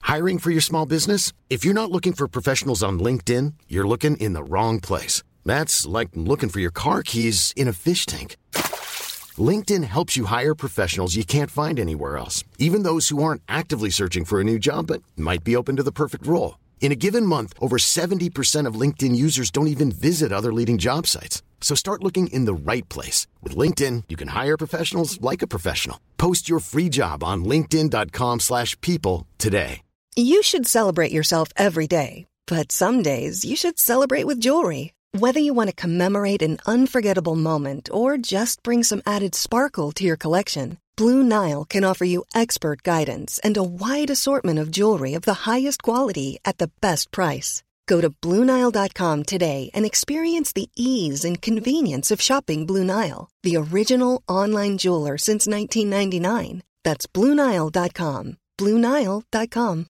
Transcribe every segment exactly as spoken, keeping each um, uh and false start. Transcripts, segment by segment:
Hiring for your small business? If you're not looking for professionals on LinkedIn, you're looking in the wrong place. That's like looking for your car keys in a fish tank. LinkedIn helps you hire professionals you can't find anywhere else, even those who aren't actively searching for a new job but might be open to the perfect role. In a given month, over seventy percent of LinkedIn users don't even visit other leading job sites. So start looking in the right place. With LinkedIn, you can hire professionals like a professional. Post your free job on linkedin.com slash people today. You should celebrate yourself every day, but some days you should celebrate with jewelry. Whether you want to commemorate an unforgettable moment or just bring some added sparkle to your collection, Blue Nile can offer you expert guidance and a wide assortment of jewelry of the highest quality at the best price. Go to Blue Nile dot com today and experience the ease and convenience of shopping Blue Nile, the original online jeweler since nineteen ninety-nine. That's Blue Nile dot com. Blue Nile dot com.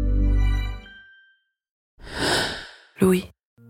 Louis.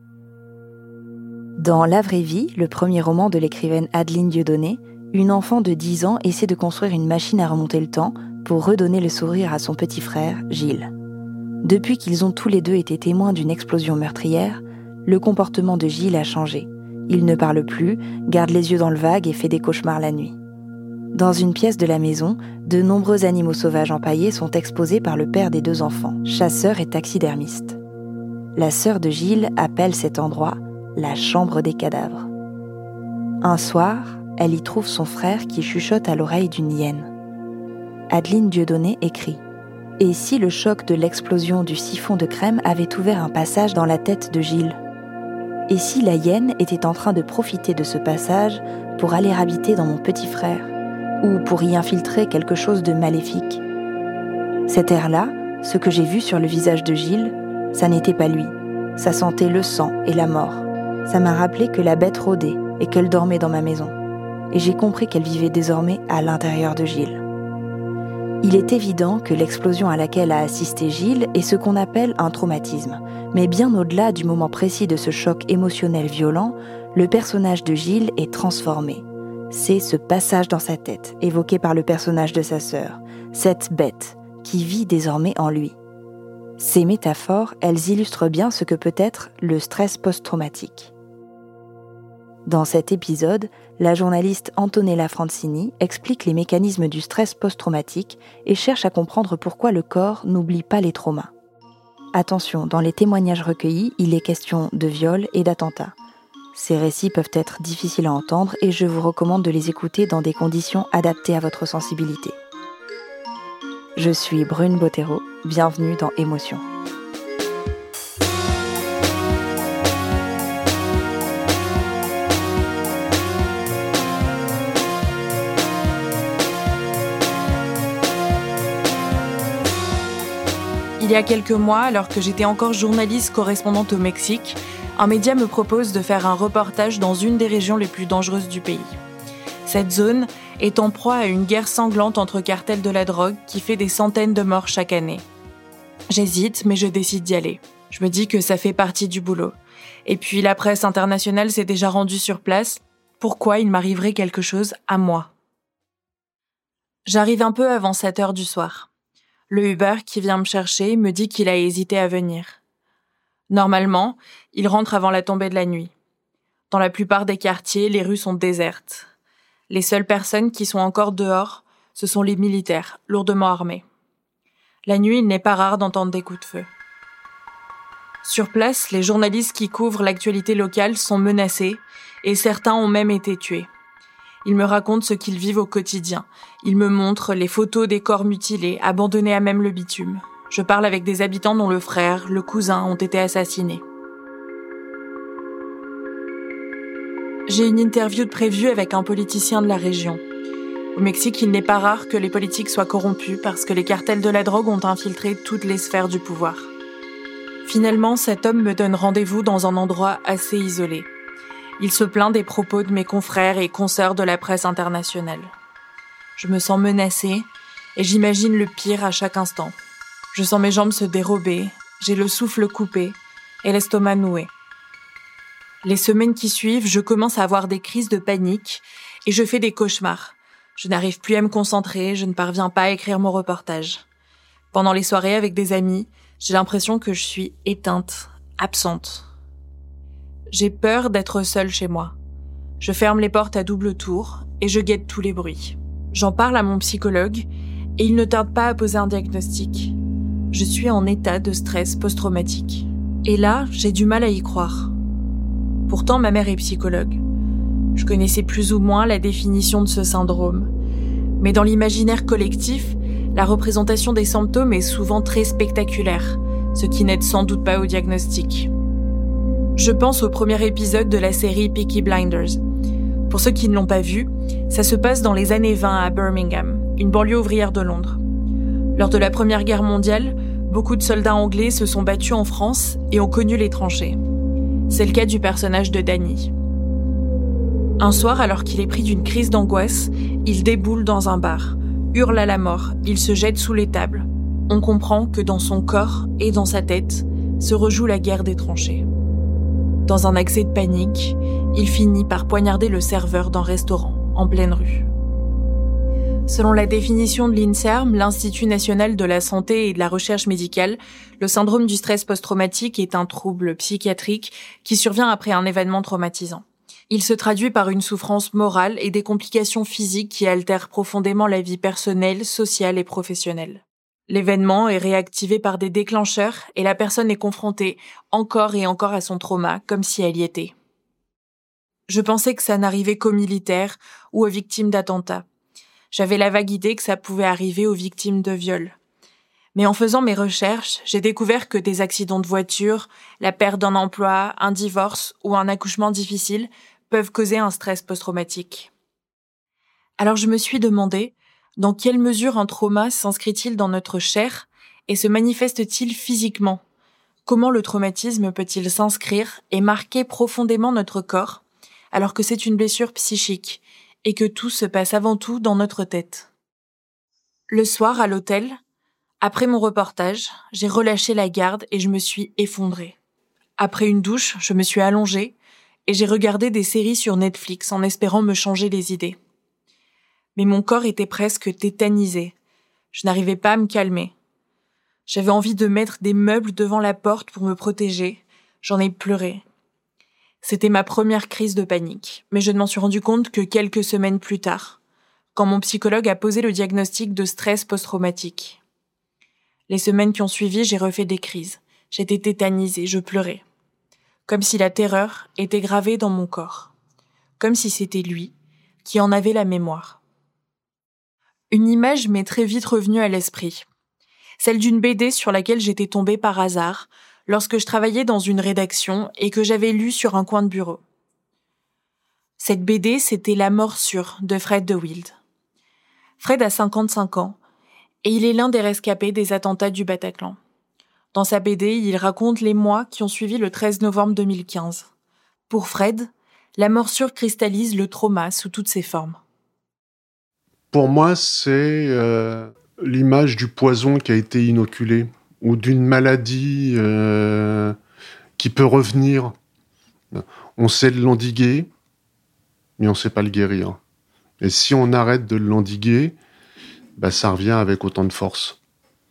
Dans La vraie vie, le premier roman de l'écrivaine Adeline Dieudonné, une enfant de dix ans essaie de construire une machine à remonter le temps pour redonner le sourire à son petit frère, Gilles. Depuis qu'ils ont tous les deux été témoins d'une explosion meurtrière, le comportement de Gilles a changé. Il ne parle plus, garde les yeux dans le vague et fait des cauchemars la nuit. Dans une pièce de la maison, de nombreux animaux sauvages empaillés sont exposés par le père des deux enfants, chasseur et taxidermiste. La sœur de Gilles appelle cet endroit la chambre des cadavres. Un soir, elle y trouve son frère qui chuchote à l'oreille d'une hyène. Adeline Dieudonné écrit « Et si le choc de l'explosion du siphon de crème avait ouvert un passage dans la tête de Gilles ? Et si la hyène était en train de profiter de ce passage pour aller habiter dans mon petit frère ? Ou pour y infiltrer quelque chose de maléfique ? Cet air-là, ce que j'ai vu sur le visage de Gilles, ça n'était pas lui. Ça sentait le sang et la mort. Ça m'a rappelé que la bête rôdait et qu'elle dormait dans ma maison. Et j'ai compris qu'elle vivait désormais à l'intérieur de Gilles. Il est évident que l'explosion à laquelle a assisté Gilles est ce qu'on appelle un traumatisme. Mais bien au-delà du moment précis de ce choc émotionnel violent, le personnage de Gilles est transformé. C'est ce passage dans sa tête, évoqué par le personnage de sa sœur, cette bête qui vit désormais en lui. Ces métaphores, elles illustrent bien ce que peut être le stress post-traumatique. Dans cet épisode, la journaliste Antonella Francini explique les mécanismes du stress post-traumatique et cherche à comprendre pourquoi le corps n'oublie pas les traumas. Attention, dans les témoignages recueillis, il est question de viol et d'attentat. Ces récits peuvent être difficiles à entendre et je vous recommande de les écouter dans des conditions adaptées à votre sensibilité. Je suis Brune Bottero, bienvenue dans Émotion. Il y a quelques mois, alors que j'étais encore journaliste correspondante au Mexique, un média me propose de faire un reportage dans une des régions les plus dangereuses du pays. Cette zone est en proie à une guerre sanglante entre cartels de la drogue qui fait des centaines de morts chaque année. J'hésite, mais je décide d'y aller. Je me dis que ça fait partie du boulot. Et puis la presse internationale s'est déjà rendue sur place. Pourquoi il m'arriverait quelque chose à moi ? J'arrive un peu avant sept heures du soir. Le Uber qui vient me chercher me dit qu'il a hésité à venir. Normalement, il rentre avant la tombée de la nuit. Dans la plupart des quartiers, les rues sont désertes. Les seules personnes qui sont encore dehors, ce sont les militaires, lourdement armés. La nuit, il n'est pas rare d'entendre des coups de feu. Sur place, les journalistes qui couvrent l'actualité locale sont menacés et certains ont même été tués. Ils me racontent ce qu'ils vivent au quotidien. Ils me montrent les photos des corps mutilés, abandonnés à même le bitume. Je parle avec des habitants dont le frère, le cousin ont été assassinés. J'ai une interview de prévue avec un politicien de la région. Au Mexique, il n'est pas rare que les politiques soient corrompus parce que les cartels de la drogue ont infiltré toutes les sphères du pouvoir. Finalement, cet homme me donne rendez-vous dans un endroit assez isolé. Il se plaint des propos de mes confrères et consoeurs de la presse internationale. Je me sens menacée et j'imagine le pire à chaque instant. Je sens mes jambes se dérober, j'ai le souffle coupé et l'estomac noué. Les semaines qui suivent, je commence à avoir des crises de panique et je fais des cauchemars. Je n'arrive plus à me concentrer, je ne parviens pas à écrire mon reportage. Pendant les soirées avec des amis, j'ai l'impression que je suis éteinte, absente. J'ai peur d'être seule chez moi. Je ferme les portes à double tour et je guette tous les bruits. J'en parle à mon psychologue et il ne tarde pas à poser un diagnostic. Je suis en état de stress post-traumatique. Et là, j'ai du mal à y croire. Pourtant, ma mère est psychologue. Je connaissais plus ou moins la définition de ce syndrome. Mais dans l'imaginaire collectif, la représentation des symptômes est souvent très spectaculaire, ce qui n'aide sans doute pas au diagnostic. Je pense au premier épisode de la série Peaky Blinders. Pour ceux qui ne l'ont pas vu, ça se passe dans les années vingt à Birmingham, une banlieue ouvrière de Londres. Lors de la Première Guerre mondiale, beaucoup de soldats anglais se sont battus en France et ont connu les tranchées. C'est le cas du personnage de Danny. Un soir, alors qu'il est pris d'une crise d'angoisse, il déboule dans un bar, hurle à la mort, il se jette sous les tables. On comprend que dans son corps et dans sa tête se rejoue la guerre des tranchées. Dans un accès de panique, il finit par poignarder le serveur d'un restaurant, en pleine rue. Selon la définition de l'INSERM, l'Institut national de la santé et de la recherche médicale, le syndrome du stress post-traumatique est un trouble psychiatrique qui survient après un événement traumatisant. Il se traduit par une souffrance morale et des complications physiques qui altèrent profondément la vie personnelle, sociale et professionnelle. L'événement est réactivé par des déclencheurs et la personne est confrontée encore et encore à son trauma, comme si elle y était. Je pensais que ça n'arrivait qu'aux militaires ou aux victimes d'attentats. J'avais la vague idée que ça pouvait arriver aux victimes de viol. Mais en faisant mes recherches, j'ai découvert que des accidents de voiture, la perte d'un emploi, un divorce ou un accouchement difficile peuvent causer un stress post-traumatique. Alors je me suis demandé, dans quelle mesure un trauma s'inscrit-il dans notre chair et se manifeste-t-il physiquement ? Comment le traumatisme peut-il s'inscrire et marquer profondément notre corps, alors que c'est une blessure psychique et que tout se passe avant tout dans notre tête ? Le soir, à l'hôtel, après mon reportage, j'ai relâché la garde et je me suis effondrée. Après une douche, je me suis allongée et j'ai regardé des séries sur Netflix en espérant me changer les idées. Mais mon corps était presque tétanisé. Je n'arrivais pas à me calmer. J'avais envie de mettre des meubles devant la porte pour me protéger. J'en ai pleuré. C'était ma première crise de panique, mais je ne m'en suis rendu compte que quelques semaines plus tard, quand mon psychologue a posé le diagnostic de stress post-traumatique. Les semaines qui ont suivi, j'ai refait des crises. J'étais tétanisée, je pleurais. Comme si la terreur était gravée dans mon corps. Comme si c'était lui qui en avait la mémoire. Une image m'est très vite revenue à l'esprit. Celle d'une B D sur laquelle j'étais tombée par hasard lorsque je travaillais dans une rédaction et que j'avais lue sur un coin de bureau. Cette B D, c'était La morsure de Fred De Wilde. Fred a cinquante-cinq ans et il est l'un des rescapés des attentats du Bataclan. Dans sa B D, il raconte les mois qui ont suivi le treize novembre deux mille quinze. Pour Fred, la morsure cristallise le trauma sous toutes ses formes. Pour moi, c'est euh, l'image du poison qui a été inoculé ou d'une maladie euh, qui peut revenir. On sait l'endiguer, mais on ne sait pas le guérir. Et si on arrête de l'endiguer, bah, ça revient avec autant de force.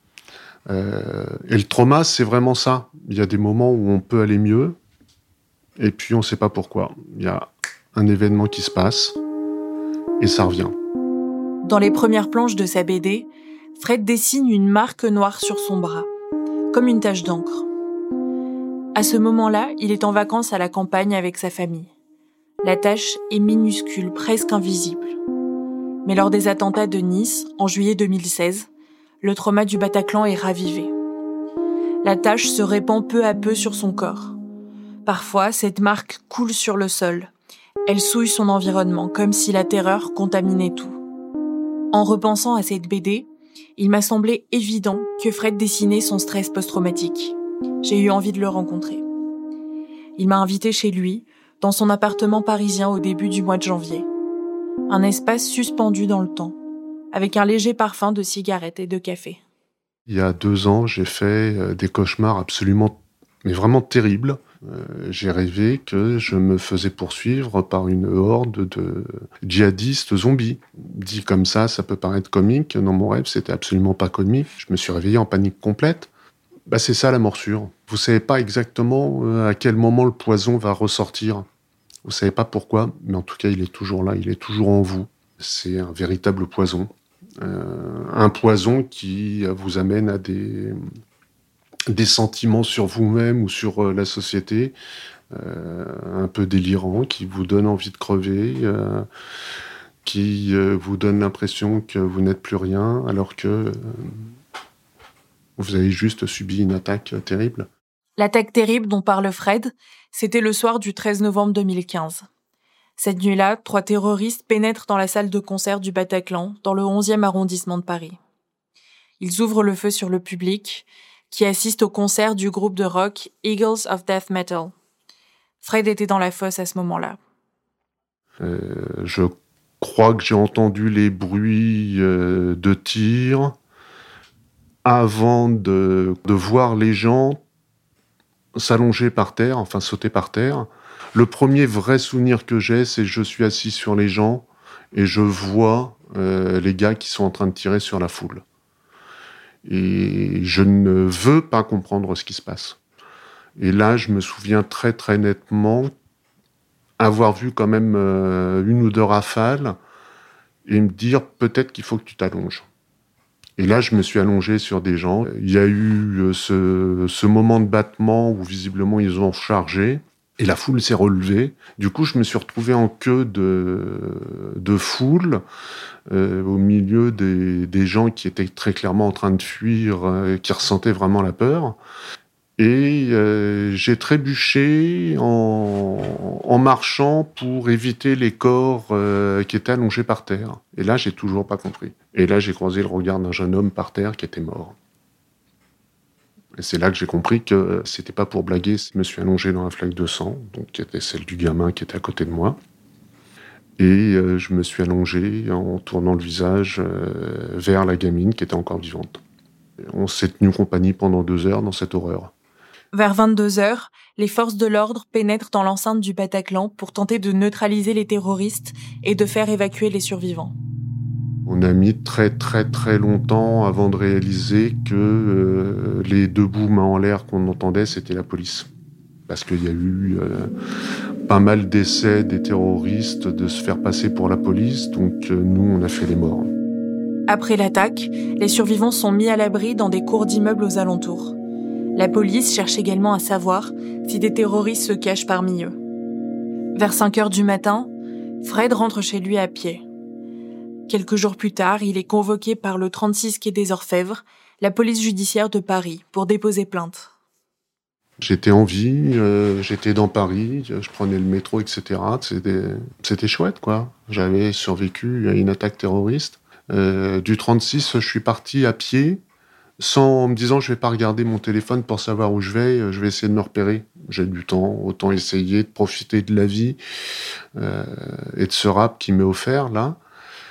Euh, et le trauma, c'est vraiment ça. Il y a des moments où on peut aller mieux, et puis on ne sait pas pourquoi. Il y a un événement qui se passe, et ça revient. Dans les premières planches de sa B D, Fred dessine une marque noire sur son bras, comme une tache d'encre. À ce moment-là, il est en vacances à la campagne avec sa famille. La tache est minuscule, presque invisible. Mais lors des attentats de Nice, en juillet deux mille seize, le trauma du Bataclan est ravivé. La tache se répand peu à peu sur son corps. Parfois, cette marque coule sur le sol. Elle souille son environnement, comme si la terreur contaminait tout. En repensant à cette B D, il m'a semblé évident que Fred dessinait son stress post-traumatique. J'ai eu envie de le rencontrer. Il m'a invité chez lui, dans son appartement parisien au début du mois de janvier. Un espace suspendu dans le temps, avec un léger parfum de cigarettes et de café. Il y a deux ans, j'ai fait des cauchemars absolument, mais vraiment terribles. Euh, j'ai rêvé que je me faisais poursuivre par une horde de djihadistes zombies. Dit comme ça, ça peut paraître comique. Dans mon rêve, c'était absolument pas comique. Je me suis réveillé en panique complète. Bah, c'est ça la morsure. Vous savez pas exactement à quel moment le poison va ressortir. Vous savez pas pourquoi, mais en tout cas, il est toujours là, il est toujours en vous. C'est un véritable poison. Euh, un poison qui vous amène à des, des sentiments sur vous-même ou sur euh, la société, euh, un peu délirants, qui vous donnent envie de crever, euh, qui euh, vous donnent l'impression que vous n'êtes plus rien, alors que euh, vous avez juste subi une attaque terrible. L'attaque terrible dont parle Fred, c'était le soir du treize novembre deux mille quinze. Cette nuit-là, trois terroristes pénètrent dans la salle de concert du Bataclan, dans le onzième arrondissement de Paris. Ils ouvrent le feu sur le public, qui assiste au concert du groupe de rock Eagles of Death Metal. Fred était dans la fosse à ce moment-là. Euh, je crois que j'ai entendu les bruits euh, de tirs avant de, de voir les gens s'allonger par terre, enfin sauter par terre. Le premier vrai souvenir que j'ai, c'est que je suis assis sur les gens et je vois euh, les gars qui sont en train de tirer sur la foule. Et je ne veux pas comprendre ce qui se passe. Et là, je me souviens très très nettement avoir vu quand même euh, une ou deux rafales et me dire peut-être qu'il faut que tu t'allonges. Et là, je me suis allongé sur des gens. Il y a eu euh, ce, ce moment de battement où visiblement ils ont chargé. Et la foule s'est relevée. Du coup, je me suis retrouvé en queue de, de foule, euh, au milieu des, des gens qui étaient très clairement en train de fuir, euh, qui ressentaient vraiment la peur. Et euh, j'ai trébuché en, en marchant pour éviter les corps euh, qui étaient allongés par terre. Et là, j'ai toujours pas compris. Et là, j'ai croisé le regard d'un jeune homme par terre qui était mort. Et c'est là que j'ai compris que c'était pas pour blaguer. Je me suis allongé dans la flaque de sang, donc qui était celle du gamin qui était à côté de moi. Et euh, je me suis allongé en tournant le visage euh, vers la gamine qui était encore vivante. On s'est tenu compagnie pendant deux heures dans cette horreur. Vers vingt-deux heures, les forces de l'ordre pénètrent dans l'enceinte du Bataclan pour tenter de neutraliser les terroristes et de faire évacuer les survivants. On a mis très très très longtemps avant de réaliser que euh, les debout mains en l'air qu'on entendait, c'était la police. Parce qu'il y a eu euh, pas mal d'essais des terroristes de se faire passer pour la police, donc euh, nous on a fait les morts. Après l'attaque, les survivants sont mis à l'abri dans des cours d'immeubles aux alentours. La police cherche également à savoir si des terroristes se cachent parmi eux. Vers cinq heures du matin, Fred rentre chez lui à pied. Quelques jours plus tard, il est convoqué par le trente-six quai des Orfèvres, la police judiciaire de Paris, pour déposer plainte. J'étais en vie, euh, j'étais dans Paris, je prenais le métro, et cetera. C'était, c'était chouette, quoi. J'avais survécu à une attaque terroriste. Euh, du trente-six, je suis parti à pied, sans me disant je vais pas regarder mon téléphone pour savoir où je vais, je vais essayer de me repérer. J'ai du temps, autant essayer de profiter de la vie euh, et de ce rap qui m'est offert, là.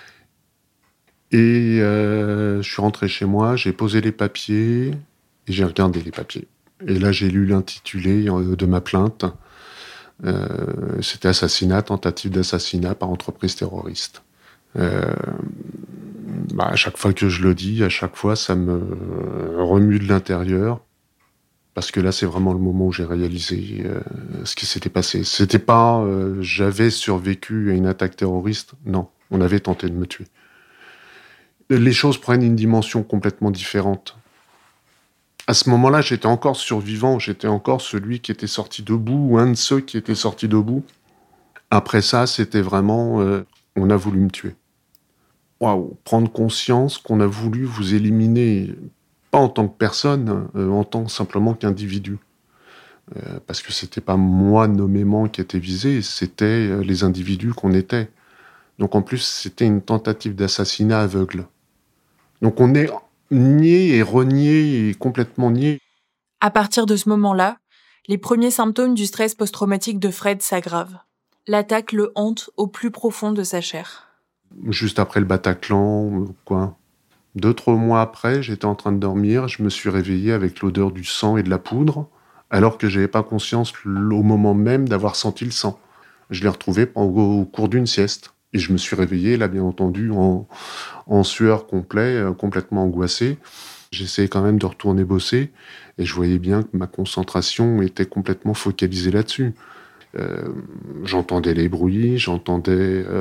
Et euh, je suis rentré chez moi, j'ai posé les papiers et j'ai regardé les papiers. Et là, j'ai lu l'intitulé de ma plainte. Euh, c'était assassinat, tentative d'assassinat par entreprise terroriste. Euh, bah, à chaque fois que je le dis, à chaque fois, ça me remue de l'intérieur. Parce que là, c'est vraiment le moment où j'ai réalisé euh, ce qui s'était passé. C'était pas euh, j'avais survécu à une attaque terroriste. Non, on avait tenté de me tuer. Les choses prennent une dimension complètement différente. À ce moment-là, j'étais encore survivant, j'étais encore celui qui était sorti debout, ou un de ceux qui étaient sortis debout. Après ça, c'était vraiment, euh, on a voulu me tuer. Waouh, prendre conscience qu'on a voulu vous éliminer, pas en tant que personne, euh, en tant simplement qu'individu. Euh, parce que c'était pas moi nommément qui était visé, c'était euh, les individus qu'on était. Donc en plus, c'était une tentative d'assassinat aveugle. Donc on est nié et renié et complètement nié. À partir de ce moment-là, les premiers symptômes du stress post-traumatique de Fred s'aggravent. L'attaque le hante au plus profond de sa chair. Juste après le Bataclan, quoi. Deux, trois mois après, j'étais en train de dormir, je me suis réveillé avec l'odeur du sang et de la poudre, alors que je n'avais pas conscience au moment même d'avoir senti le sang. Je l'ai retrouvé au cours d'une sieste. Et je me suis réveillé, là, bien entendu, en, en sueur complet, euh, complètement angoissé. J'essayais quand même de retourner bosser, et je voyais bien que ma concentration était complètement focalisée là-dessus. Euh, j'entendais les bruits, j'entendais euh,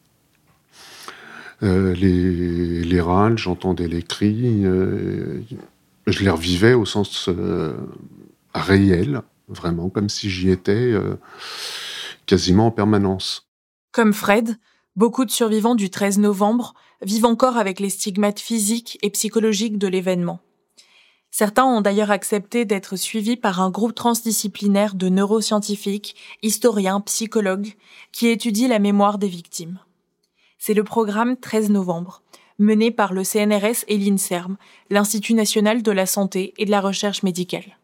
euh, les, les râles, j'entendais les cris. Euh, je les revivais au sens euh, réel, vraiment, comme si j'y étais euh, quasiment en permanence. Comme Fred, beaucoup de survivants du treize novembre vivent encore avec les stigmates physiques et psychologiques de l'événement. Certains ont d'ailleurs accepté d'être suivis par un groupe transdisciplinaire de neuroscientifiques, historiens, psychologues, qui étudient la mémoire des victimes. C'est le programme treize novembre, mené par le C N R S et l'INSERM, l'Institut national de la santé et de la recherche médicale.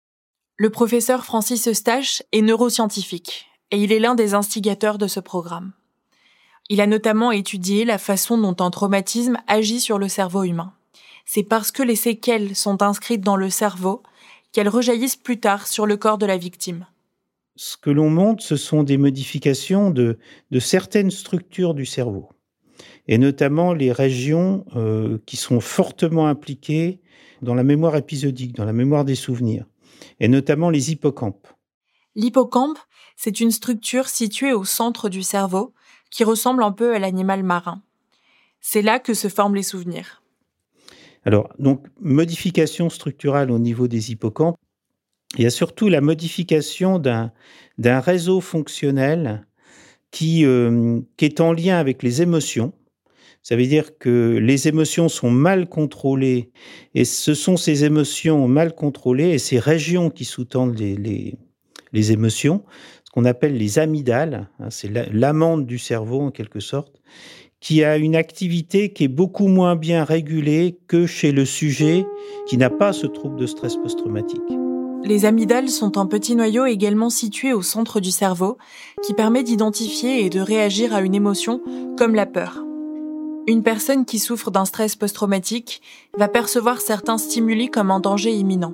Le professeur Francis Eustache est neuroscientifique, et il est l'un des instigateurs de ce programme. Il a notamment étudié la façon dont un traumatisme agit sur le cerveau humain. C'est parce que les séquelles sont inscrites dans le cerveau qu'elles rejaillissent plus tard sur le corps de la victime. Ce que l'on montre, ce sont des modifications de, de certaines structures du cerveau, et notamment les régions euh, qui sont fortement impliquées dans la mémoire épisodique, dans la mémoire des souvenirs, et notamment les hippocampes. L'hippocampe, c'est une structure située au centre du cerveau qui ressemble un peu à l'animal marin. C'est là que se forment les souvenirs. Alors, donc, modification structurale au niveau des hippocampes, il y a surtout la modification d'un, d'un réseau fonctionnel qui, euh, qui est en lien avec les émotions. Ça veut dire que les émotions sont mal contrôlées, et ce sont ces émotions mal contrôlées et ces régions qui sous-tendent les, les, les émotions, ce qu'on appelle les amygdales, hein, c'est l'amande du cerveau en quelque sorte, qui a une activité qui est beaucoup moins bien régulée que chez le sujet qui n'a pas ce trouble de stress post-traumatique. Les amygdales sont un petit noyau également situé au centre du cerveau qui permet d'identifier et de réagir à une émotion comme la peur. Une personne qui souffre d'un stress post-traumatique va percevoir certains stimuli comme un danger imminent.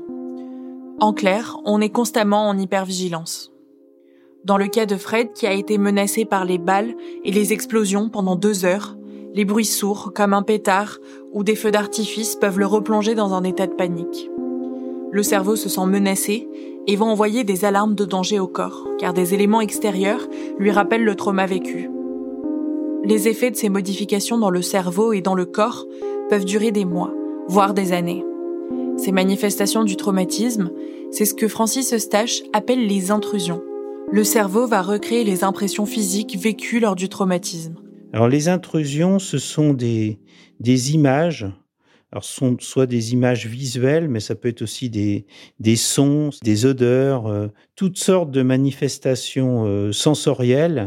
En clair, on est constamment en hypervigilance. Dans le cas de Fred, qui a été menacé par les balles et les explosions pendant deux heures, les bruits sourds, comme un pétard ou des feux d'artifice, peuvent le replonger dans un état de panique. Le cerveau se sent menacé et va envoyer des alarmes de danger au corps, car des éléments extérieurs lui rappellent le trauma vécu. Les effets de ces modifications dans le cerveau et dans le corps peuvent durer des mois, voire des années. Ces manifestations du traumatisme, c'est ce que Francis Eustache appelle les intrusions. Le cerveau va recréer les impressions physiques vécues lors du traumatisme. Alors les intrusions, ce sont des, des images. Alors ce sont soit des images visuelles, mais ça peut être aussi des, des sons, des odeurs, euh, toutes sortes de manifestations euh, sensorielles,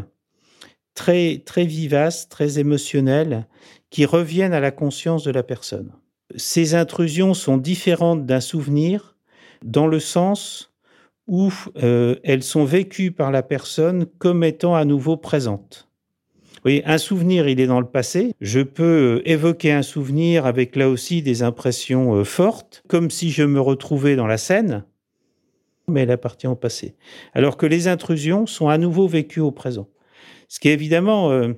très, très vivaces, très émotionnelles, qui reviennent à la conscience de la personne. Ces intrusions sont différentes d'un souvenir dans le sens où euh, elles sont vécues par la personne comme étant à nouveau présentes. Vous voyez, un souvenir, il est dans le passé. Je peux évoquer un souvenir avec là aussi des impressions euh, fortes, comme si je me retrouvais dans la scène, mais elle appartient au passé. Alors que les intrusions sont à nouveau vécues au présent. Ce qui est évidemment euh,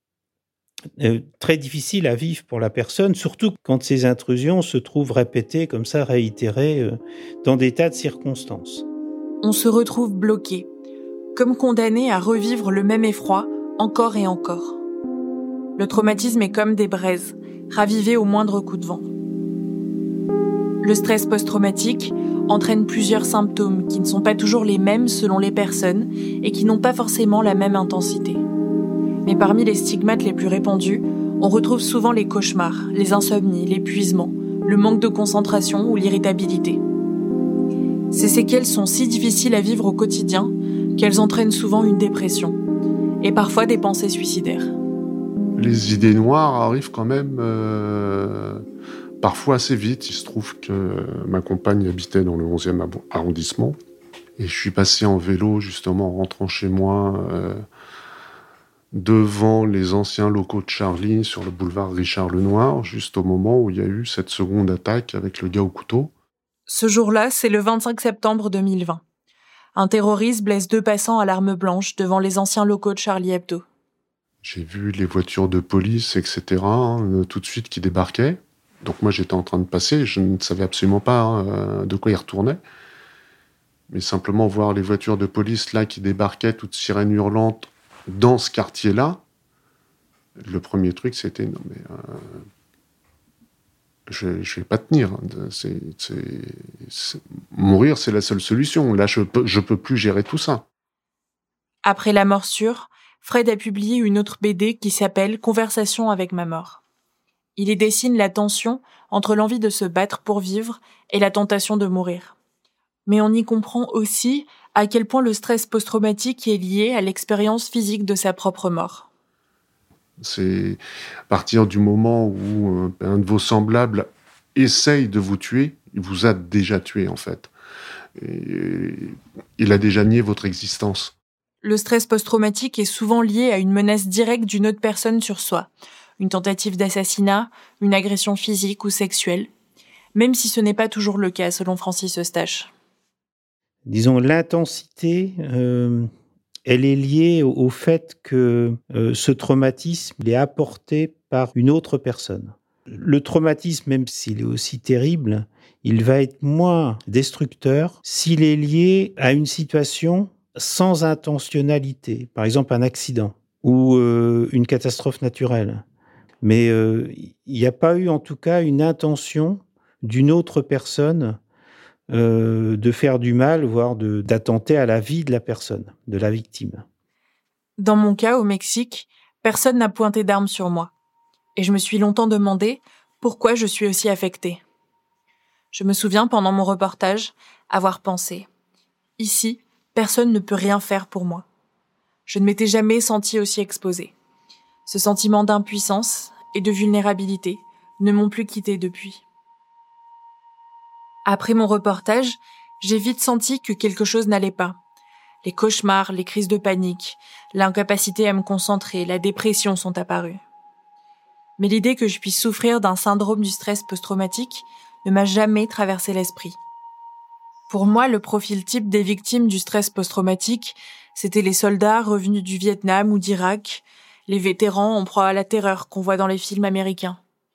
euh, très difficile à vivre pour la personne, surtout quand ces intrusions se trouvent répétées comme ça, réitérées euh, dans des tas de circonstances. On se retrouve bloqué, comme condamné à revivre le même effroi encore et encore. Le traumatisme est comme des braises, ravivées au moindre coup de vent. Le stress post-traumatique entraîne plusieurs symptômes qui ne sont pas toujours les mêmes selon les personnes et qui n'ont pas forcément la même intensité. Mais parmi les stigmates les plus répandus, on retrouve souvent les cauchemars, les insomnies, l'épuisement, le manque de concentration ou l'irritabilité. Ces séquelles sont si difficiles à vivre au quotidien qu'elles entraînent souvent une dépression et parfois des pensées suicidaires. Les idées noires arrivent quand même euh, parfois assez vite. Il se trouve que ma compagne habitait dans le onzième arrondissement et je suis passé en vélo justement en rentrant chez moi euh, devant les anciens locaux de Charlie sur le boulevard Richard Lenoir, juste au moment où il y a eu cette seconde attaque avec le gars au couteau. Ce jour-là, c'est le vingt-cinq septembre deux mille vingt. Un terroriste blesse deux passants à l'arme blanche devant les anciens locaux de Charlie Hebdo. J'ai vu les voitures de police, et cetera, hein, tout de suite qui débarquaient. Donc moi, j'étais en train de passer, je ne savais absolument pas hein, de quoi ils retournaient. Mais simplement voir les voitures de police là qui débarquaient, toutes sirènes hurlantes, dans ce quartier-là, le premier truc, c'était non mais euh, je ne vais pas tenir. C'est, c'est, c'est... Mourir, c'est la seule solution. Là, je peux, je peux plus gérer tout ça. Après la morsure, Fred a publié une autre B D qui s'appelle « Conversation avec ma mort ». Il y dessine la tension entre l'envie de se battre pour vivre et la tentation de mourir. Mais on y comprend aussi à quel point le stress post-traumatique est lié à l'expérience physique de sa propre mort. C'est à partir du moment où un de vos semblables essaye de vous tuer, il vous a déjà tué en fait. Et il a déjà nié votre existence. Le stress post-traumatique est souvent lié à une menace directe d'une autre personne sur soi. Une tentative d'assassinat, une agression physique ou sexuelle. Même si ce n'est pas toujours le cas, selon Francis Eustache. Disons, l'intensité, euh, elle est liée au, au fait que euh, ce traumatisme est apporté par une autre personne. Le traumatisme, même s'il est aussi terrible, il va être moins destructeur s'il est lié à une situation sans intentionnalité, par exemple un accident ou euh, une catastrophe naturelle. Mais il euh, n'y a pas eu en tout cas une intention d'une autre personne euh, de faire du mal, voire de, d'attenter à la vie de la personne, de la victime. Dans mon cas, au Mexique, personne n'a pointé d'arme sur moi. Et je me suis longtemps demandé pourquoi je suis aussi affectée. Je me souviens, pendant mon reportage, avoir pensé « Ici, personne ne peut rien faire pour moi. » Je ne m'étais jamais sentie aussi exposée. Ce sentiment d'impuissance et de vulnérabilité ne m'ont plus quittée depuis. Après mon reportage, j'ai vite senti que quelque chose n'allait pas. Les cauchemars, les crises de panique, l'incapacité à me concentrer, la dépression sont apparus. Mais l'idée que je puisse souffrir d'un syndrome du stress post-traumatique ne m'a jamais traversé l'esprit. Pour moi, le profil type des victimes du stress post-traumatique, c'était les soldats revenus du Vietnam ou d'Irak, les vétérans en proie à la terreur qu'on voit dans les films américains.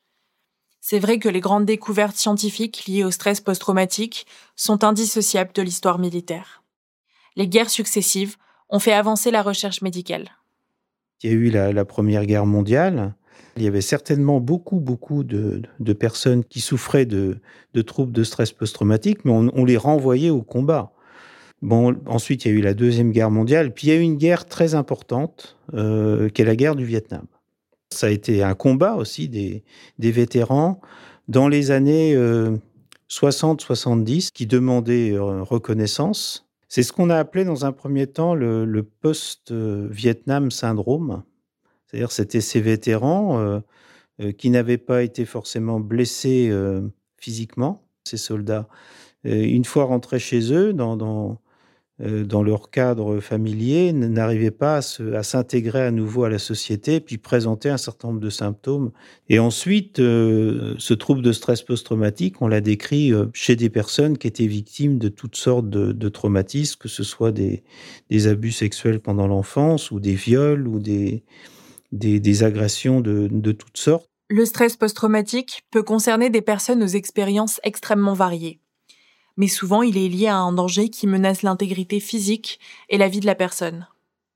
C'est vrai que les grandes découvertes scientifiques liées au stress post-traumatique sont indissociables de l'histoire militaire. Les guerres successives ont fait avancer la recherche médicale. Il y a eu la, la Première Guerre mondiale. Il y avait certainement beaucoup, beaucoup de, de personnes qui souffraient de, de troubles de stress post-traumatique, mais on, on les renvoyait au combat. Bon, ensuite, il y a eu la Deuxième Guerre mondiale, puis il y a eu une guerre très importante, euh, qui est la guerre du Vietnam. Ça a été un combat aussi des, des vétérans dans les années euh, soixante soixante-dix qui demandaient euh, reconnaissance. C'est ce qu'on a appelé dans un premier temps le, le post-Vietnam syndrome. C'est-à-dire c'était ces vétérans euh, euh, qui n'avaient pas été forcément blessés euh, physiquement, ces soldats. Euh, une fois rentrés chez eux, dans, dans, euh, dans leur cadre familier, n'arrivaient pas à, se, à s'intégrer à nouveau à la société, puis présentaient un certain nombre de symptômes. Et ensuite, euh, ce trouble de stress post-traumatique, on l'a décrit euh, chez des personnes qui étaient victimes de toutes sortes de, de traumatismes, que ce soit des, des abus sexuels pendant l'enfance, ou des viols, ou des... Des, des agressions de, de toutes sortes. Le stress post-traumatique peut concerner des personnes aux expériences extrêmement variées. Mais souvent, il est lié à un danger qui menace l'intégrité physique et la vie de la personne.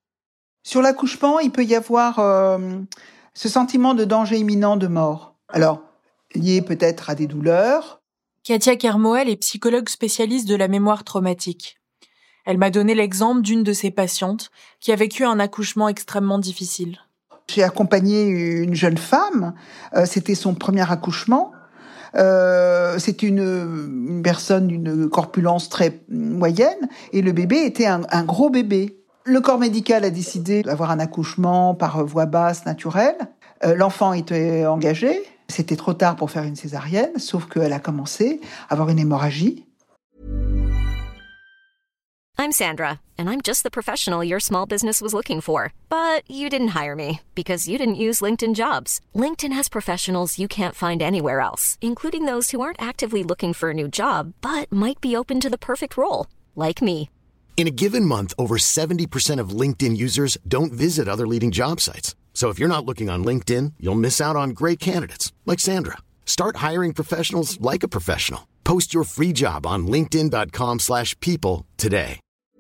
Sur l'accouchement, il peut y avoir euh, ce sentiment de danger imminent de mort. Alors, lié peut-être à des douleurs. Katia Kermoel est psychologue spécialiste de la mémoire traumatique. Elle m'a donné l'exemple d'une de ses patientes qui a vécu un accouchement extrêmement difficile. J'ai accompagné une jeune femme, euh, c'était son premier accouchement. Euh, c'est une, une personne d'une corpulence très moyenne et le bébé était un, un gros bébé. Le corps médical a décidé d'avoir un accouchement par voie basse naturelle. Euh, l'enfant était engagé. C'était trop tard pour faire une césarienne, sauf qu'elle a commencé à avoir une hémorragie. I'm Sandra, and I'm just the professional your small business was looking for. But you didn't hire me because you didn't use LinkedIn Jobs. LinkedIn has professionals you can't find anywhere else, including those who aren't actively looking for a new job, but might be open to the perfect role, like me. In a given month, over seventy percent of LinkedIn users don't visit other leading job sites. So if you're not looking on LinkedIn, you'll miss out on great candidates like Sandra. Start hiring professionals like a professional. Post your free job on linkedin dot com slash people today.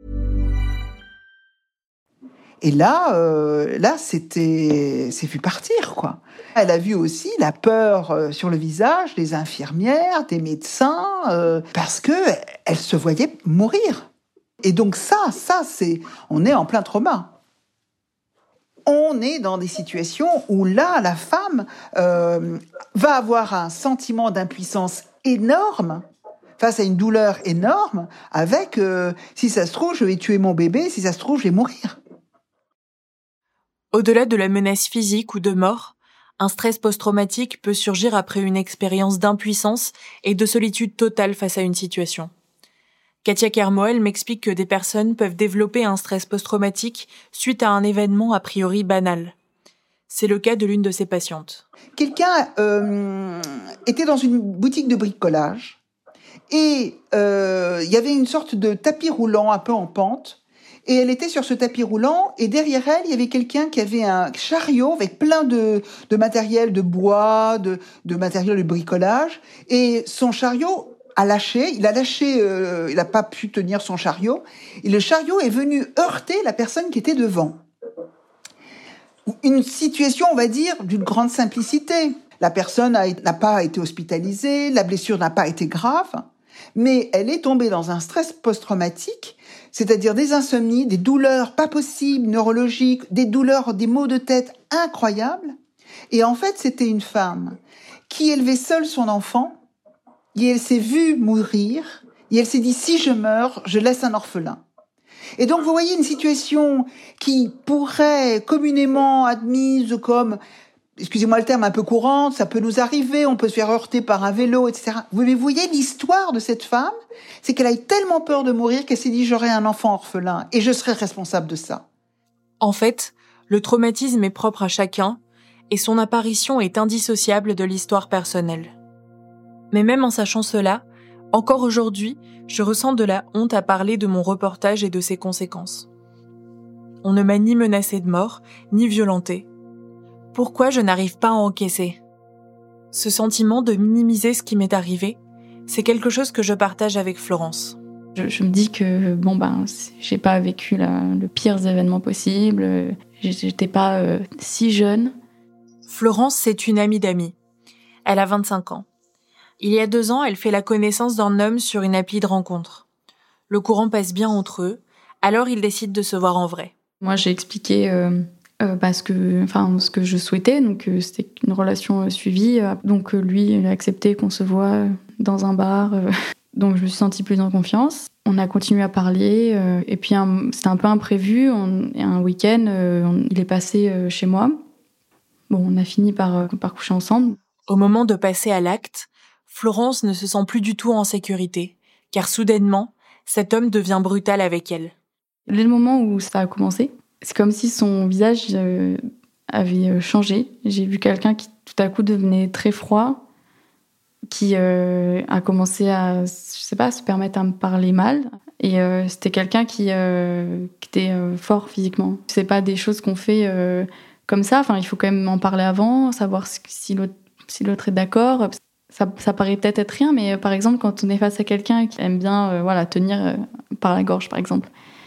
Et là, euh, là, c'était, c'est vu partir, quoi. Elle a vu aussi la peur euh, sur le visage des infirmières, des médecins, euh, parce que elle se voyait mourir. Et donc ça, ça, c'est, on est en plein trauma. On est dans des situations où là, la femme euh, va avoir un sentiment d'impuissance énorme face à une douleur énorme, avec euh, si ça se trouve, je vais tuer mon bébé, si ça se trouve, je vais mourir. Au-delà de la menace physique ou de mort, un stress post-traumatique peut surgir après une expérience d'impuissance et de solitude totale face à une situation. Katia Kermoel m'explique que des personnes peuvent développer un stress post-traumatique suite à un événement a priori banal. C'est le cas de l'une de ses patientes. Quelqu'un euh, était dans une boutique de bricolage et euh, il y avait une sorte de tapis roulant un peu en pente. Et elle était sur ce tapis roulant, et derrière elle, il y avait quelqu'un qui avait un chariot avec plein de, de matériel de bois, de, de matériel de bricolage. Et son chariot a lâché, il a lâché, euh, il n'a pas pu tenir son chariot. Et le chariot est venu heurter la personne qui était devant. Une situation, on va dire, d'une grande simplicité. La personne a, n'a pas été hospitalisée, la blessure n'a pas été grave, mais elle est tombée dans un stress post-traumatique, c'est-à-dire des insomnies, des douleurs pas possibles, neurologiques, des douleurs, des maux de tête incroyables. Et en fait, c'était une femme qui élevait seule son enfant, et elle s'est vue mourir, et elle s'est dit, si je meurs, je laisse un orphelin. Et donc, vous voyez une situation qui pourrait communément admise comme, excusez-moi le terme un peu courant, ça peut nous arriver, on peut se faire heurter par un vélo, et cetera. Mais vous voyez, l'histoire de cette femme, c'est qu'elle a eu tellement peur de mourir qu'elle s'est dit, j'aurai un enfant orphelin et je serai responsable de ça. En fait, le traumatisme est propre à chacun et son apparition est indissociable de l'histoire personnelle. Mais même en sachant cela, encore aujourd'hui, je ressens de la honte à parler de mon reportage et de ses conséquences. On ne m'a ni menacé de mort, ni violenté. Pourquoi je n'arrive pas à encaisser ? Ce sentiment de minimiser ce qui m'est arrivé, c'est quelque chose que je partage avec Florence. Je, je me dis que bon ben, j'ai pas vécu la, le pire événement possible, j'étais pas euh, si jeune. Florence, c'est une amie d'amis. Elle a vingt-cinq ans. Il y a deux ans, elle fait la connaissance d'un homme sur une appli de rencontre. Le courant passe bien entre eux, alors ils décident de se voir en vrai. Moi, j'ai expliqué euh, euh, bah, ce, que, enfin, ce que je souhaitais, donc euh, c'était une relation euh, suivie. Donc euh, lui, il a accepté qu'on se voit dans un bar, euh, donc je me suis sentie plus en confiance. On a continué à parler, euh, et puis un, c'était un peu imprévu. On, un week-end, euh, on, il est passé euh, chez moi. Bon, on a fini par, euh, par coucher ensemble. Au moment de passer à l'acte, Florence ne se sent plus du tout en sécurité, car soudainement, cet homme devient brutal avec elle. Dès le moment où ça a commencé, c'est comme si son visage euh, avait changé. J'ai vu quelqu'un qui tout à coup devenait très froid, qui euh, a commencé à, je sais pas, se permettre à me parler mal. Et euh, c'était quelqu'un qui, euh, qui était euh, fort physiquement. C'est pas des choses qu'on fait euh, comme ça. Enfin, il faut quand même en parler avant, savoir si l'autre, si l'autre est d'accord. Ça, ça paraît peut-être être rien, mais euh, par exemple, quand on est face à quelqu'un qui aime bien euh, voilà, tenir euh, par la gorge, par exemple,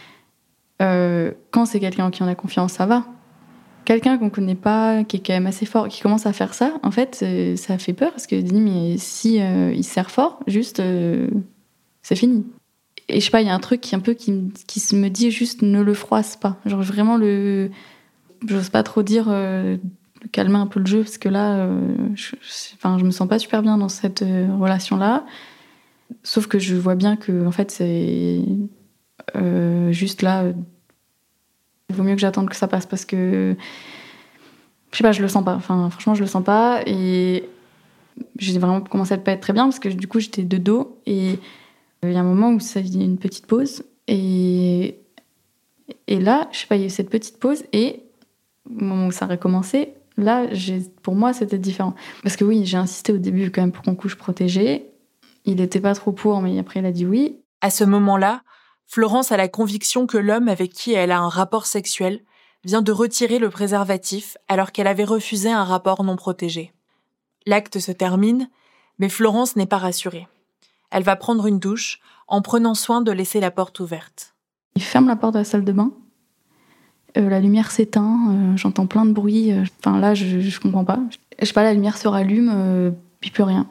euh, quand c'est quelqu'un en qui on a confiance, ça va. Quelqu'un qu'on connaît pas, qui est quand même assez fort, qui commence à faire ça, en fait, euh, ça fait peur, parce que je dis, mais si euh, il se serre fort, juste, euh, c'est fini. Et je sais pas, il y a un truc qui, un peu, qui, qui me dit juste, ne le froisse pas. Genre vraiment, le... j'ose pas trop dire... Euh, calmer un peu le jeu, parce que là, euh, je, je, enfin, je me sens pas super bien dans cette euh, relation-là. Sauf que je vois bien que, en fait, c'est euh, juste là. Euh, il vaut mieux que j'attende que ça passe, parce que je sais pas, je le sens pas. Enfin, franchement, je le sens pas. Et j'ai vraiment commencé à pas être très bien, parce que du coup, j'étais de dos. Et il y a un moment où ça, il y a une petite pause. Et, et là, je sais pas, il y a eu cette petite pause et au moment où ça a recommencé, là, j'ai, pour moi, c'était différent. Parce que oui, j'ai insisté au début quand même pour qu'on couche protégé. Il n'était pas trop pour, mais après, il a dit oui. À ce moment-là, Florence a la conviction que l'homme avec qui elle a un rapport sexuel vient de retirer le préservatif alors qu'elle avait refusé un rapport non protégé. L'acte se termine, mais Florence n'est pas rassurée. Elle va prendre une douche en prenant soin de laisser la porte ouverte. Il ferme la porte de la salle de bain. Euh, la lumière s'éteint, euh, j'entends plein de bruit. Euh, enfin là, je, je comprends pas. Je sais pas, la lumière se rallume, euh, puis plus rien.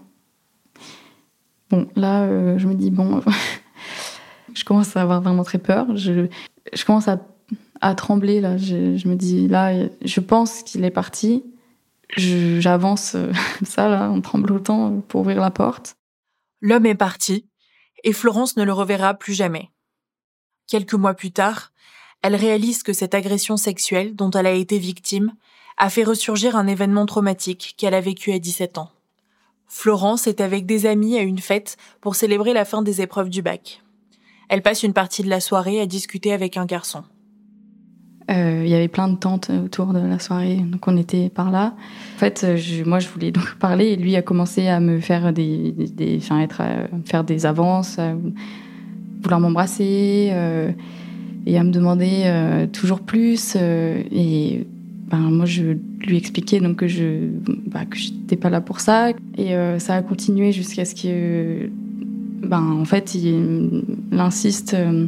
Bon, là, euh, je me dis, bon... je commence à avoir vraiment très peur. Je, je commence à, à trembler, là. Je, je me dis, là, je pense qu'il est parti. Je, j'avance euh, comme ça, là, en tremblotant pour ouvrir la porte. L'homme est parti, et Florence ne le reverra plus jamais. Quelques mois plus tard, elle réalise que cette agression sexuelle dont elle a été victime a fait ressurgir un événement traumatique qu'elle a vécu à dix-sept ans. Florence est avec des amis à une fête pour célébrer la fin des épreuves du bac. Elle passe une partie de la soirée à discuter avec un garçon. Euh, il y avait plein de tantes autour de la soirée, donc on était par là. En fait, je, moi, je voulais donc parler et lui a commencé à me faire des, des, des enfin, être, à faire des avances, à vouloir m'embrasser euh, et à me demander euh, toujours plus. Euh, et ben, moi, je lui expliquais donc que je, bah, que j'étais pas là pour ça. Et euh, ça a continué jusqu'à ce que, ben, en fait, il, il insiste. Euh,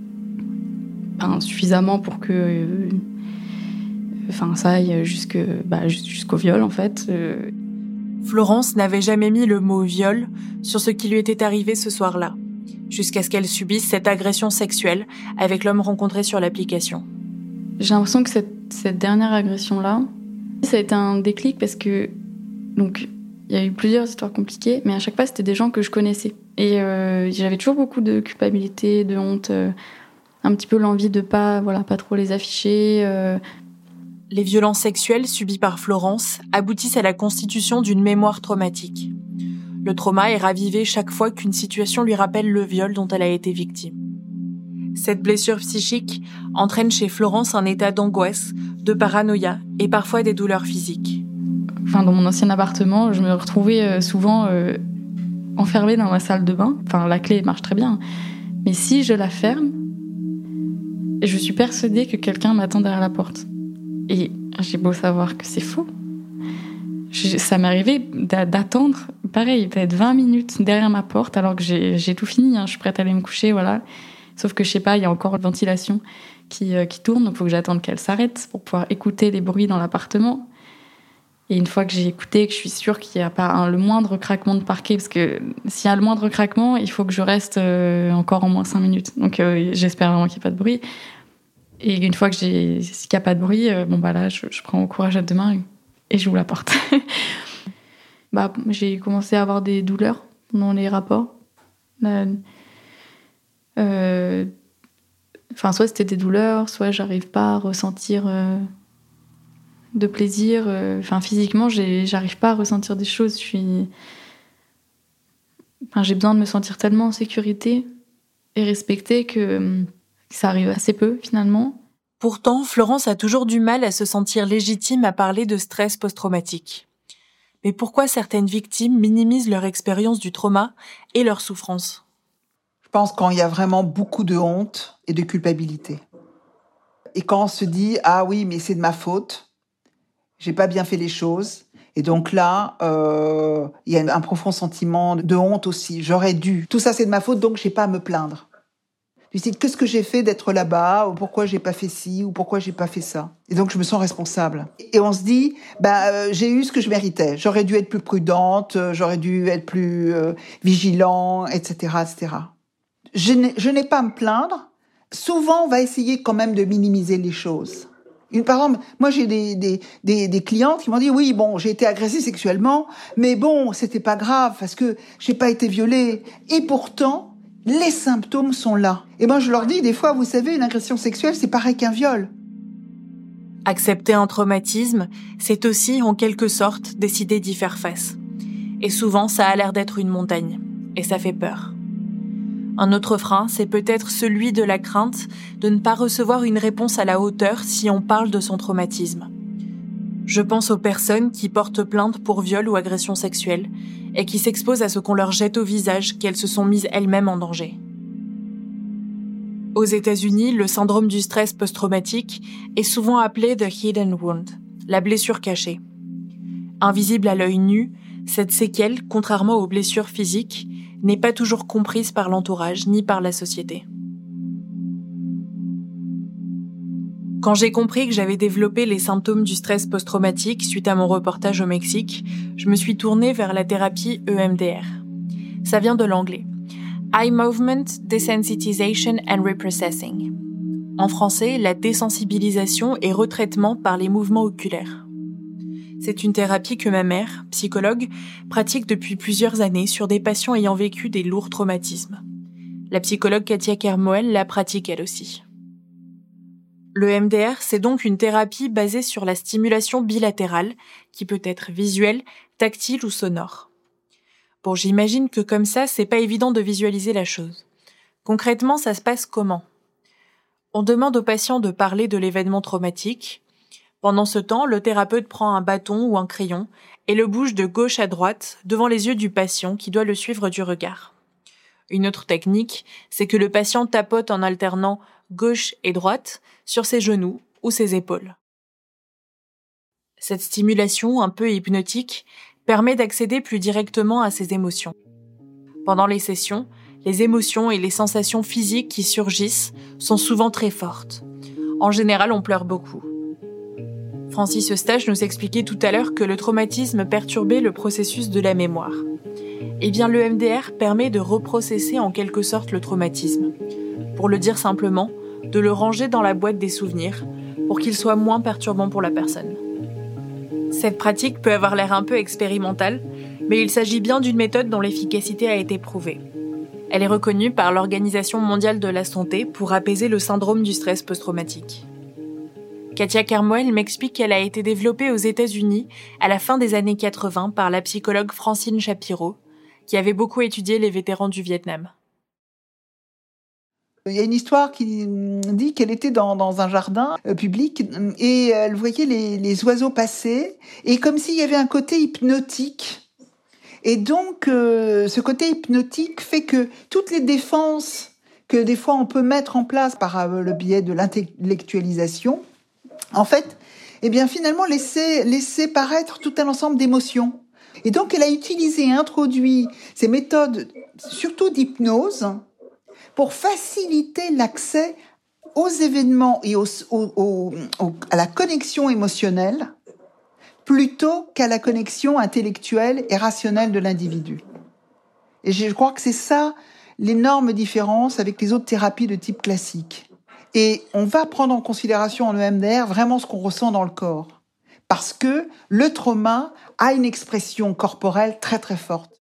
Ben, suffisamment pour que euh, enfin, ça aille jusque, bah, jusqu'au viol, en fait. Euh. Florence n'avait jamais mis le mot « viol » sur ce qui lui était arrivé ce soir-là, jusqu'à ce qu'elle subisse cette agression sexuelle avec l'homme rencontré sur l'application. J'ai l'impression que cette, cette dernière agression-là, ça a été un déclic parce que, donc, il y a eu plusieurs histoires compliquées, mais à chaque fois, c'était des gens que je connaissais. Et euh, j'avais toujours beaucoup de culpabilité, de honte... Euh, un petit peu l'envie de pas, voilà, pas trop les afficher. Euh. Les violences sexuelles subies par Florence aboutissent à la constitution d'une mémoire traumatique. Le trauma est ravivé chaque fois qu'une situation lui rappelle le viol dont elle a été victime. Cette blessure psychique entraîne chez Florence un état d'angoisse, de paranoïa et parfois des douleurs physiques. Enfin, dans mon ancien appartement, je me retrouvais souvent euh, enfermée dans ma salle de bain. Enfin, la clé marche très bien. Mais si je la ferme, et je suis persuadée que quelqu'un m'attend derrière la porte. Et j'ai beau savoir que c'est faux. Je, ça m'est arrivé d'attendre, pareil, peut-être vingt minutes derrière ma porte, alors que j'ai, j'ai tout fini, hein, je suis prête à aller me coucher, voilà. Sauf que, je sais pas, il y a encore la ventilation qui, euh, qui tourne, donc il faut que j'attende qu'elle s'arrête pour pouvoir écouter les bruits dans l'appartement. Et une fois que j'ai écouté, que je suis sûre qu'il n'y a pas un, le moindre craquement de parquet, parce que s'il y a le moindre craquement, il faut que je reste euh, encore au moins cinq minutes. Donc euh, j'espère vraiment qu'il n'y a pas de bruit. Et une fois que j'ai, s'il n'y a pas de bruit, euh, bon bah là, je, je prends au courage à deux mains et, et j'ouvre la porte. Bah, j'ai commencé à avoir des douleurs dans les rapports. Euh, euh, enfin, soit c'était des douleurs, soit j'arrive pas à ressentir euh, de plaisir. Euh, enfin, physiquement, j'ai, j'arrive pas à ressentir des choses. Je suis... Enfin, j'ai besoin de me sentir tellement en sécurité et respectée que... Ça arrive assez peu, finalement. Pourtant, Florence a toujours du mal à se sentir légitime à parler de stress post-traumatique. Mais pourquoi certaines victimes minimisent leur expérience du trauma et leur souffrance ? Je pense quand il y a vraiment beaucoup de honte et de culpabilité. Et quand on se dit « Ah oui, mais c'est de ma faute, j'ai pas bien fait les choses », et donc là, euh, il y a un profond sentiment de honte aussi. J'aurais dû. Tout ça, c'est de ma faute, donc j'ai pas à me plaindre. Je me dis, qu'est-ce que j'ai fait d'être là-bas, ou pourquoi j'ai pas fait ci, ou pourquoi j'ai pas fait ça. Et donc, je me sens responsable. Et on se dit, bah, euh, j'ai eu ce que je méritais. J'aurais dû être plus prudente, j'aurais dû être plus euh, vigilant, et cetera, et cetera. Je n'ai, je n'ai pas à me plaindre. Souvent, on va essayer quand même de minimiser les choses. Une, par exemple, moi, j'ai des, des, des, des clientes qui m'ont dit, oui, bon, j'ai été agressée sexuellement, mais bon, c'était pas grave, parce que j'ai pas été violée. Et pourtant, les symptômes sont là. Et moi, je leur dis, des fois, vous savez, une agression sexuelle, c'est pareil qu'un viol. Accepter un traumatisme, c'est aussi, en quelque sorte, décider d'y faire face. Et souvent, ça a l'air d'être une montagne. Et ça fait peur. Un autre frein, c'est peut-être celui de la crainte de ne pas recevoir une réponse à la hauteur si on parle de son traumatisme. Je pense aux personnes qui portent plainte pour viol ou agression sexuelle et qui s'exposent à ce qu'on leur jette au visage, qu'elles se sont mises elles-mêmes en danger. Aux États-Unis, le syndrome du stress post-traumatique est souvent appelé « the hidden wound », la blessure cachée. Invisible à l'œil nu, cette séquelle, contrairement aux blessures physiques, n'est pas toujours comprise par l'entourage ni par la société. Quand j'ai compris que j'avais développé les symptômes du stress post-traumatique suite à mon reportage au Mexique, je me suis tournée vers la thérapie E M D R. Ça vient de l'anglais. Eye Movement Desensitization and Reprocessing. En français, la désensibilisation et retraitement par les mouvements oculaires. C'est une thérapie que ma mère, psychologue, pratique depuis plusieurs années sur des patients ayant vécu des lourds traumatismes. La psychologue Katia Kermoel la pratique elle aussi. Le E M D R, c'est donc une thérapie basée sur la stimulation bilatérale, qui peut être visuelle, tactile ou sonore. Bon, j'imagine que comme ça, c'est pas évident de visualiser la chose. Concrètement, ça se passe comment ? On demande au patient de parler de l'événement traumatique. Pendant ce temps, le thérapeute prend un bâton ou un crayon et le bouge de gauche à droite devant les yeux du patient qui doit le suivre du regard. Une autre technique, c'est que le patient tapote en alternant gauche et droite sur ses genoux ou ses épaules. Cette stimulation un peu hypnotique permet d'accéder plus directement à ses émotions. Pendant les sessions, les émotions et les sensations physiques qui surgissent sont souvent très fortes. En général, on pleure beaucoup. Francis Eustache nous expliquait tout à l'heure que le traumatisme perturbait le processus de la mémoire. Eh bien, le E M D R permet de reprocesser en quelque sorte le traumatisme. Pour le dire simplement, de le ranger dans la boîte des souvenirs pour qu'il soit moins perturbant pour la personne. Cette pratique peut avoir l'air un peu expérimentale, mais il s'agit bien d'une méthode dont l'efficacité a été prouvée. Elle est reconnue par l'Organisation mondiale de la santé pour apaiser le syndrome du stress post-traumatique. Katia Kermoel m'explique qu'elle a été développée aux États-Unis à la fin des années quatre-vingts par la psychologue Francine Shapiro, qui avait beaucoup étudié les vétérans du Vietnam. Il y a une histoire qui dit qu'elle était dans, dans un jardin euh, public et elle voyait les, les oiseaux passer et comme s'il y avait un côté hypnotique. Et donc, euh, ce côté hypnotique fait que toutes les défenses que des fois on peut mettre en place par euh, le biais de l'intellectualisation, en fait, eh bien finalement laisser, laisser paraître tout un ensemble d'émotions. Et donc, elle a utilisé et introduit ces méthodes, surtout d'hypnose, pour faciliter l'accès aux événements et aux, aux, aux, à la connexion émotionnelle plutôt qu'à la connexion intellectuelle et rationnelle de l'individu. Et je crois que c'est ça l'énorme différence avec les autres thérapies de type classique. Et on va prendre en considération en E M D R vraiment ce qu'on ressent dans le corps. Parce que le trauma a une expression corporelle très très forte.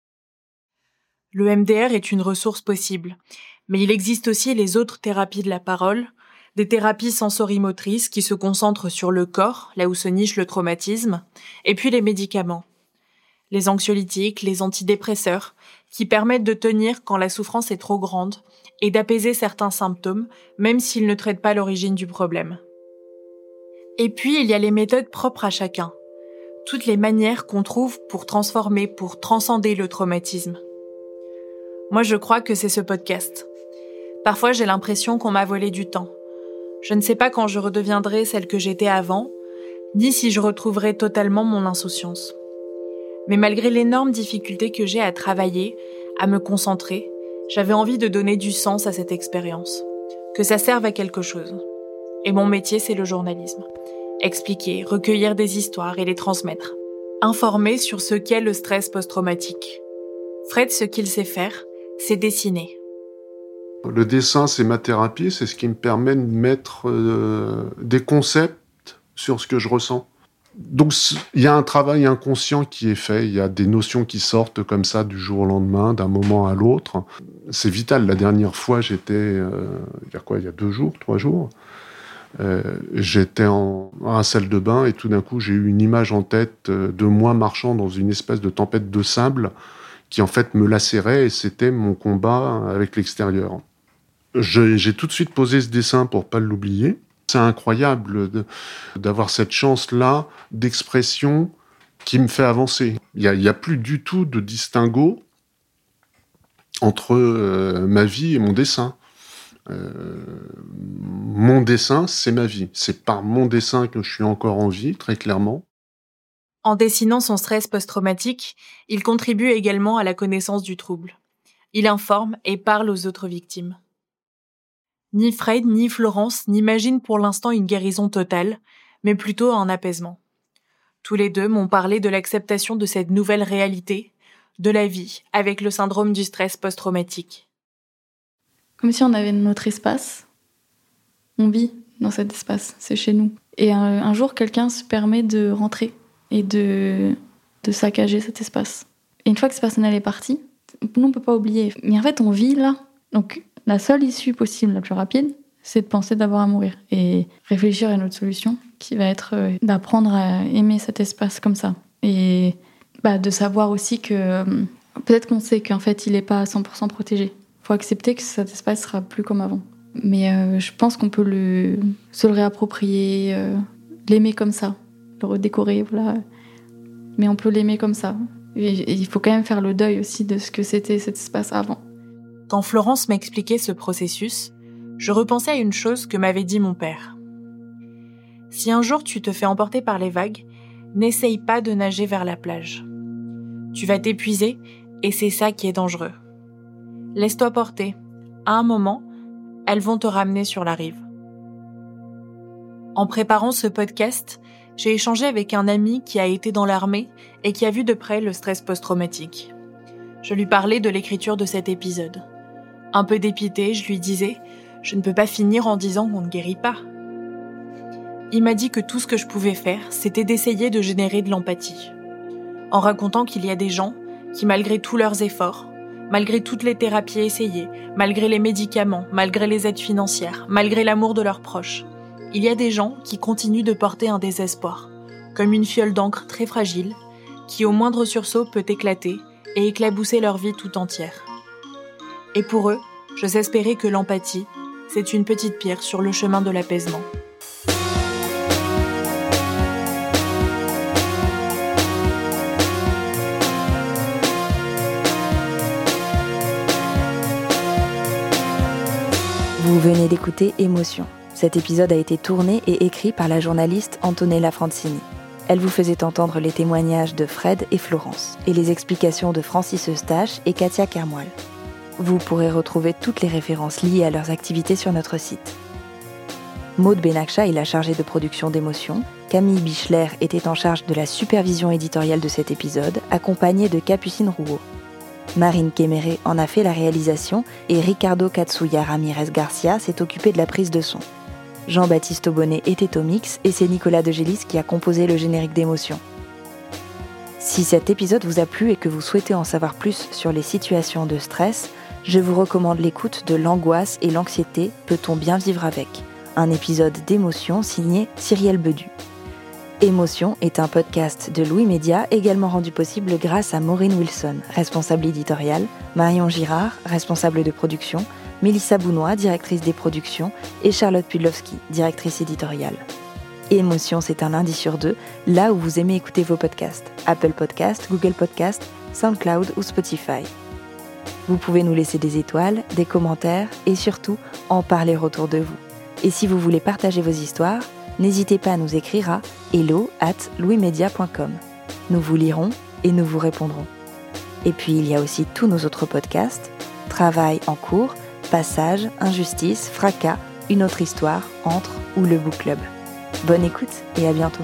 Le E M D R est une ressource possible. Mais il existe aussi les autres thérapies de la parole, des thérapies sensorimotrices qui se concentrent sur le corps, là où se niche le traumatisme, et puis les médicaments. Les anxiolytiques, les antidépresseurs, qui permettent de tenir quand la souffrance est trop grande et d'apaiser certains symptômes, même s'ils ne traitent pas l'origine du problème. Et puis, il y a les méthodes propres à chacun, toutes les manières qu'on trouve pour transformer, pour transcender le traumatisme. Moi, je crois que c'est ce podcast. Parfois, j'ai l'impression qu'on m'a volé du temps. Je ne sais pas quand je redeviendrai celle que j'étais avant, ni si je retrouverai totalement mon insouciance. Mais malgré l'énorme difficulté que j'ai à travailler, à me concentrer, j'avais envie de donner du sens à cette expérience, que ça serve à quelque chose. Et mon métier, c'est le journalisme. Expliquer, recueillir des histoires et les transmettre. Informer sur ce qu'est le stress post-traumatique. Fred, ce qu'il sait faire, c'est dessiner. Le dessin, c'est ma thérapie, c'est ce qui me permet de mettre euh, des concepts sur ce que je ressens. Donc, il y a un travail inconscient qui est fait, il y a des notions qui sortent comme ça du jour au lendemain, d'un moment à l'autre. C'est vital. La dernière fois, j'étais, euh, il y a quoi, il y a deux jours, trois jours, euh, j'étais en, en salle de bain et tout d'un coup, j'ai eu une image en tête de moi marchant dans une espèce de tempête de sable qui en fait me lacérait, et c'était mon combat avec l'extérieur. Je, j'ai tout de suite posé ce dessin pour pas l'oublier. C'est incroyable de, d'avoir cette chance-là d'expression qui me fait avancer. Il n'y a, a plus du tout de distinguo entre euh, ma vie et mon dessin. Euh, mon dessin, c'est ma vie. C'est par mon dessin que je suis encore en vie, très clairement. En dessinant son stress post-traumatique, il contribue également à la connaissance du trouble. Il informe et parle aux autres victimes. Ni Fred ni Florence n'imaginent pour l'instant une guérison totale, mais plutôt un apaisement. Tous les deux m'ont parlé de l'acceptation de cette nouvelle réalité, de la vie avec le syndrome du stress post-traumatique. Comme si on avait notre espace, on vit dans cet espace, c'est chez nous. Et un, un jour, quelqu'un se permet de rentrer et de, de saccager cet espace. Et une fois que cette personne elle est partie, nous on ne peut pas oublier. Mais en fait, on vit là. Donc la seule issue possible, la plus rapide, c'est de penser d'avoir à mourir. Et réfléchir à une autre solution qui va être euh, d'apprendre à aimer cet espace comme ça. Et bah, de savoir aussi que euh, peut-être qu'on sait qu'en fait, il n'est pas à cent pour cent protégé. Il faut accepter que cet espace sera plus comme avant. Mais euh, je pense qu'on peut le, se le réapproprier, euh, l'aimer comme ça, le redécorer, voilà. Mais on peut l'aimer comme ça. Et, et il faut quand même faire le deuil aussi de ce que c'était cet espace avant. Quand Florence m'expliquait ce processus, je repensais à une chose que m'avait dit mon père. Si un jour tu te fais emporter par les vagues, n'essaye pas de nager vers la plage. Tu vas t'épuiser et c'est ça qui est dangereux. Laisse-toi porter. À un moment, elles vont te ramener sur la rive. En préparant ce podcast, j'ai échangé avec un ami qui a été dans l'armée et qui a vu de près le stress post-traumatique. Je lui parlais de l'écriture de cet épisode. Un peu dépité, je lui disais « Je ne peux pas finir en disant qu'on ne guérit pas ». Il m'a dit que tout ce que je pouvais faire, c'était d'essayer de générer de l'empathie. En racontant qu'il y a des gens qui, malgré tous leurs efforts, malgré toutes les thérapies essayées, malgré les médicaments, malgré les aides financières, malgré l'amour de leurs proches, il y a des gens qui continuent de porter un désespoir, comme une fiole d'encre très fragile, qui au moindre sursaut peut éclater et éclabousser leur vie tout entière. Et pour eux, j'ose espérer que l'empathie, c'est une petite pierre sur le chemin de l'apaisement. Vous venez d'écouter Émotion. Cet épisode a été tourné et écrit par la journaliste Antonella Francini. Elle vous faisait entendre les témoignages de Fred et Florence et les explications de Francis Eustache et Katia Kermoil. Vous pourrez retrouver toutes les références liées à leurs activités sur notre site. Maud Benakcha est la chargée de production d'Émotion. Camille Bichler était en charge de la supervision éditoriale de cet épisode, accompagnée de Capucine Rouault. Marine Kéméré en a fait la réalisation et Ricardo Katsuya Ramirez Garcia s'est occupé de la prise de son. Jean-Baptiste Aubonnet était au mix et c'est Nicolas Degélis qui a composé le générique d'Émotion. Si cet épisode vous a plu et que vous souhaitez en savoir plus sur les situations de stress, je vous recommande l'écoute de L'angoisse et l'anxiété, peut-on bien vivre avec ? Un épisode d'Émotion signé Cyrielle Bedu. Émotion est un podcast de Louis Média, également rendu possible grâce à Maureen Wilson, responsable éditoriale, Marion Girard, responsable de production, Mélissa Bounois, directrice des productions, et Charlotte Pudlowski, directrice éditoriale. Émotion, c'est un lundi sur deux, là où vous aimez écouter vos podcasts, Apple Podcasts, Google Podcasts, SoundCloud ou Spotify. Vous pouvez nous laisser des étoiles, des commentaires et surtout en parler autour de vous. Et si vous voulez partager vos histoires, n'hésitez pas à nous écrire à hello arobase louismedia point com. Nous vous lirons et nous vous répondrons. Et puis il y a aussi tous nos autres podcasts, Travail en cours, Passage, Injustice, Fracas, Une autre histoire, Entre ou le Book Club. Bonne écoute et à bientôt.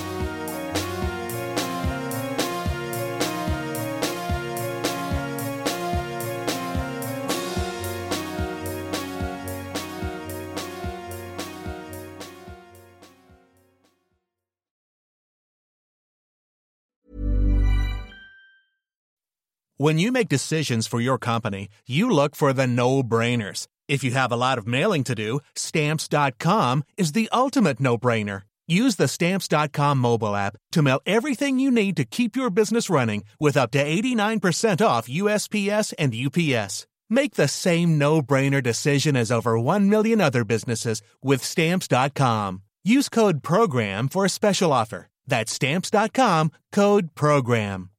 When you make decisions for your company, you look for the no-brainers. If you have a lot of mailing to do, Stamps dot com is the ultimate no-brainer. Use the Stamps dot com mobile app to mail everything you need to keep your business running with up to eighty-nine percent off U S P S and U P S. Make the same no-brainer decision as over one million other businesses with Stamps dot com. Use code PROGRAM for a special offer. That's Stamps dot com, code PROGRAM.